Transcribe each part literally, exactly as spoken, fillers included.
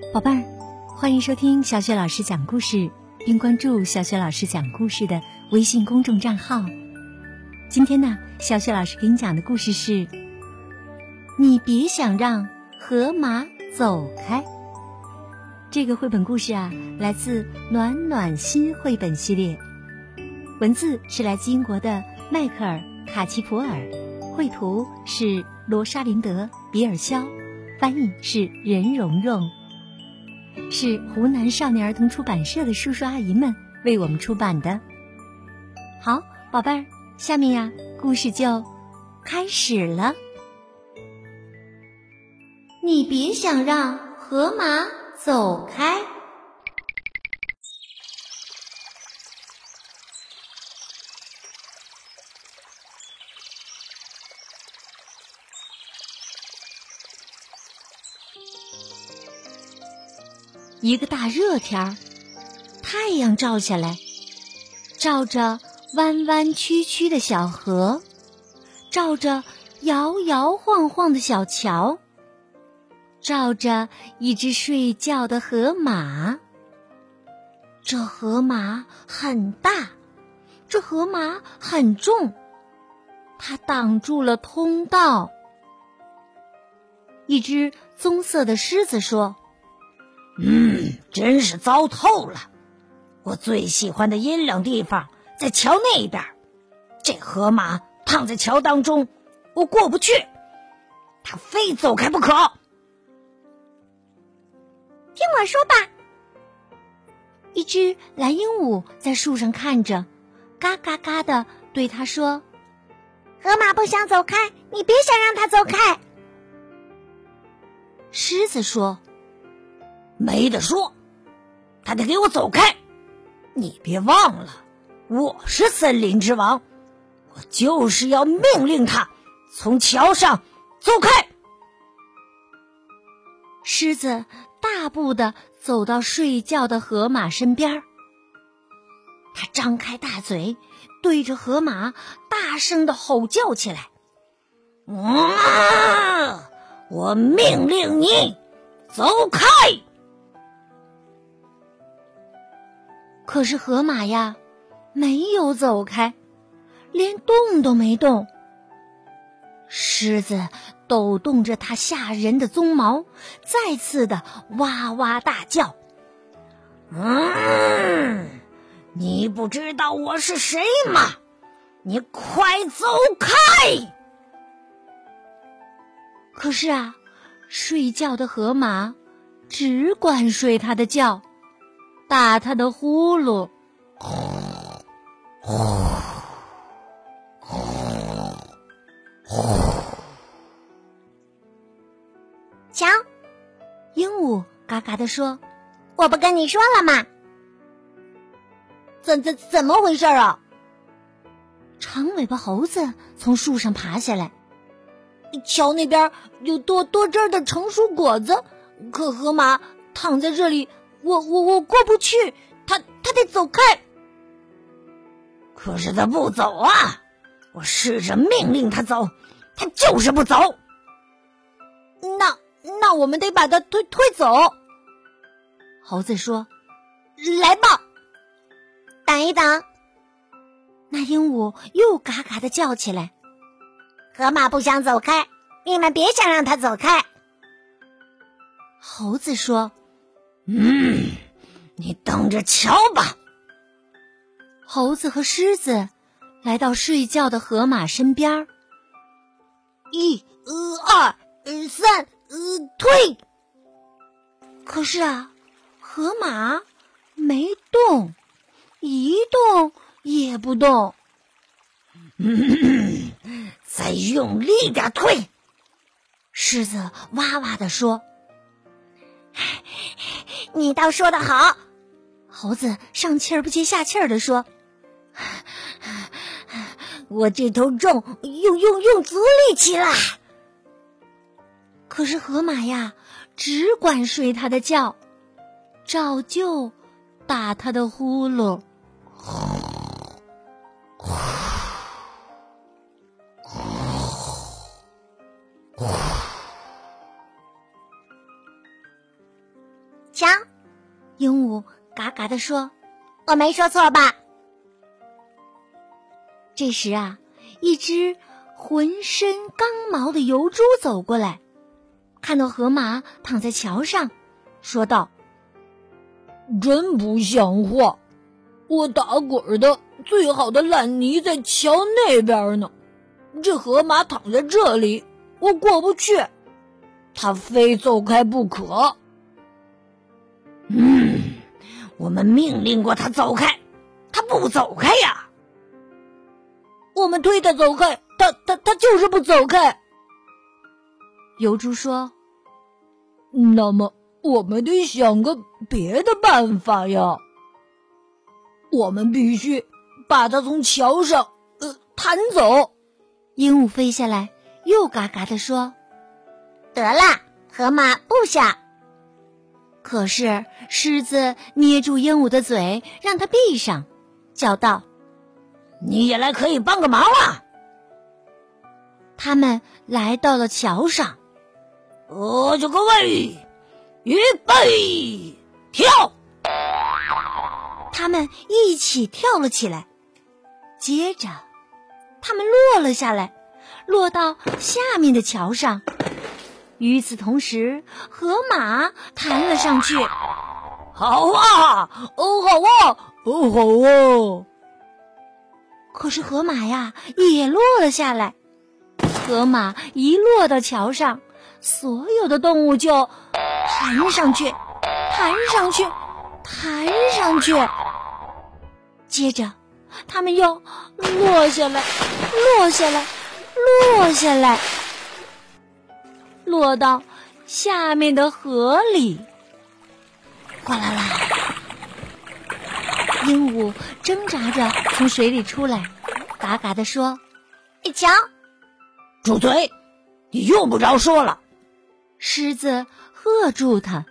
宝贝儿，欢迎收听小雪老师讲故事，并关注小雪老师讲故事的微信公众账号。今天呢，小雪老师给你讲的故事是你别想让河马走开。这个绘本故事啊，来自暖暖心绘本系列，文字是来自英国的迈克尔·卡奇普尔，绘图是罗莎琳德·比尔肖，翻译是任蓉蓉，是湖南少年儿童出版社的叔叔阿姨们为我们出版的。好，宝贝儿，下面呀，故事就开始了。你别想让河马走开。一个大热天儿，太阳照下来，照着弯弯曲曲的小河，照着摇摇晃晃的小桥，照着一只睡觉的河马。这河马很大，这河马很重，它挡住了通道。一只棕色的狮子说， 嗯，真是糟透了！我最喜欢的阴凉地方在桥那边，这河马躺在桥当中，我过不去，它非走开不可。 听我说吧。 一只蓝鹦鹉在树上看着，嘎嘎嘎地对它说， 河马不想走开，你别想让它走开。 狮子说， 没得说，他得给我走开！你别忘了，我是森林之王，我就是要命令他从桥上走开。 狮子大步地走到睡觉的河马身边，他张开大嘴，对着河马大声地吼叫起来： 啊！我命令你走开！ 可是河马呀，没有走开，连动都没动。狮子抖动着它吓人的鬃毛，再次的哇哇大叫。 嗯，你不知道我是谁吗？你快走开！ 可是啊，睡觉的河马只管睡它的觉，打他的呼噜。 瞧， 鹦鹉嘎嘎地说， 我不跟你说了吗？ 怎怎怎么回事啊？ 长尾巴猴子从树上爬下来， 瞧那边有多多汁的成熟果子，可河马躺在这里，我我我过不去，他他得走开。 可是他不走啊！我试着命令他走，他就是不走。 那那我们得把他推推走。 猴子说：“ 来吧， 等一等。” 那鹦鹉又嘎嘎地叫起来：“ 河马不想走开，你们别想让他走开。” 猴子说：“ 嗯，你等着瞧吧。” 猴子和狮子来到睡觉的河马身边， 一、呃、二、呃、三、呃，退。 可是啊，河马没动，一动也不动。 嗯，再用力点退。 狮子哇哇地说：“ 你倒说得好。” 猴子上气儿不接下气儿地说：“ 我这头重，用用用足力气啦。” 可是河马呀，只管睡他的觉，照旧打他的呼噜。 鹦鹉嘎嘎地说：“ 我没说错吧？” 这时啊，一只浑身刚毛的疣猪走过来，看到河马躺在桥上，说道：“ 真不像话！我打滚的最好的烂泥在桥那边呢，这河马躺在这里，我过不去，他非走开不可。” 嗯，我们命令过他走开，他不走开呀。 我们推他走开，他他他就是不走开。 疣猪说：“ 那么我们得想个别的办法呀。我们必须把他从桥上呃弹走。” 鹦鹉飞下来，又嘎嘎地说：“ 得了，河马不想。” 可是狮子捏住鹦鹉的嘴，让它闭上，叫道：“ 你也来可以帮个忙啊！” 他们来到了桥上， 哦，就各位，预备，跳！ 他们一起跳了起来，接着他们落了下来，落到下面的桥上。与此同时，河马弹了上去。 好啊， 哦，好啊，哦，好啊。 可是河马呀，也落了下来。河马一落到桥上，所有的动物就弹上去，弹上去，弹上去。接着，它们又落下来，落下来，落下来。落到下面的河里，哗啦啦！鹦鹉挣扎着从水里出来，嘎嘎地说：“ 你瞧！” 住嘴！你用不着说了。 狮子喝住他。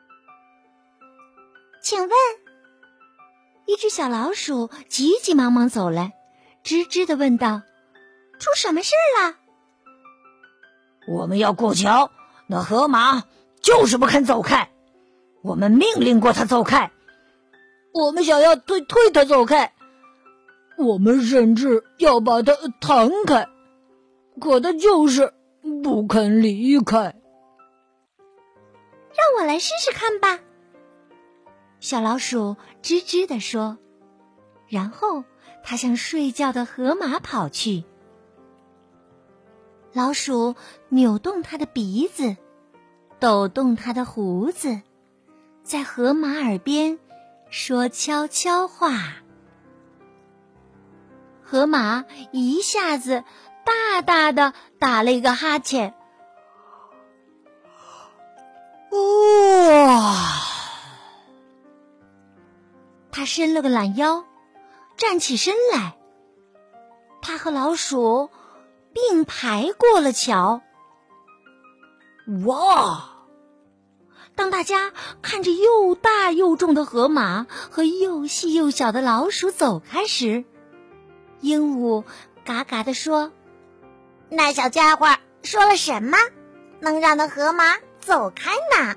请问， 一只小老鼠急急忙忙走来，吱吱地问道：“ 出什么事了？” 我们要过桥，那河马就是不肯走开。我们命令过他走开， 我们想要推推他走开，我们甚至要把他弹开，可他就是不肯离开。 让我来试试看吧。 小老鼠吱吱地说，然后它向睡觉的河马跑去。老鼠扭动它的鼻子，抖动它的胡子，在河马耳边说悄悄话。河马一下子大大的打了一个哈欠， 哇！ 他伸了个懒腰，站起身来。他和老鼠并排过了桥。 哇！ 当大家看着又大又重的河马和又细又小的老鼠走开时，鹦鹉嘎嘎地说：“ 那小家伙说了什么，能让那河马走开呢？”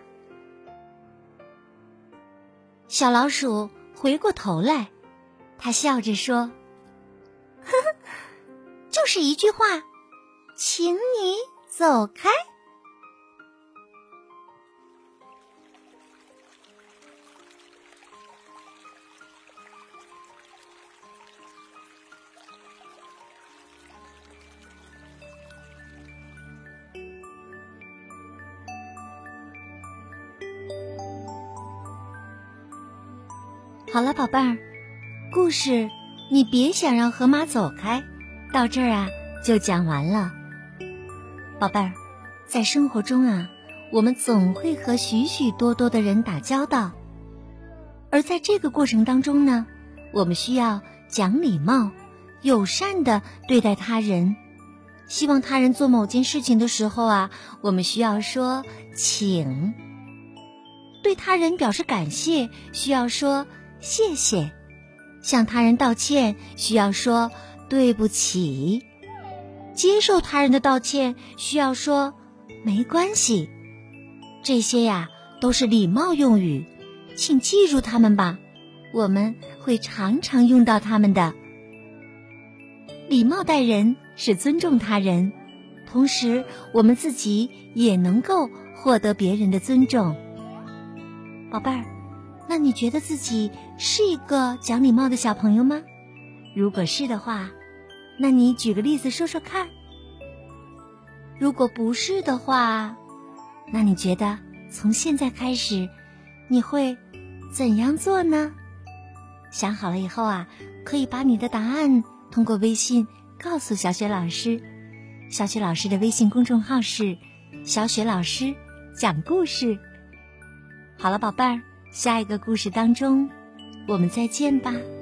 小老鼠回过头来，他笑着说：“ 呵呵，就是一句话，请你走开。” 好了，宝贝儿，故事你别想让河马走开，到这儿啊就讲完了。宝贝儿，在生活中啊，我们总会和许许多多的人打交道，而在这个过程当中呢，我们需要讲礼貌，友善地对待他人。希望他人做某件事情的时候啊，我们需要说请；对他人表示感谢，需要说谢谢；向他人道歉，需要说对不起；接受他人的道歉，需要说没关系。这些呀，都是礼貌用语， 请记住它们吧，我们会常常用到它们的。礼貌待人是尊重他人，同时我们自己也能够获得别人的尊重。宝贝儿，那你觉得自己是一个讲礼貌的小朋友吗？如果是的话，那你举个例子说说看。如果不是的话，那你觉得从现在开始你会怎样做呢？想好了以后啊，可以把你的答案通过微信告诉小雪老师。小雪老师的微信公众号是小雪老师讲故事。好了，宝贝儿，下一个故事当中我们再见吧。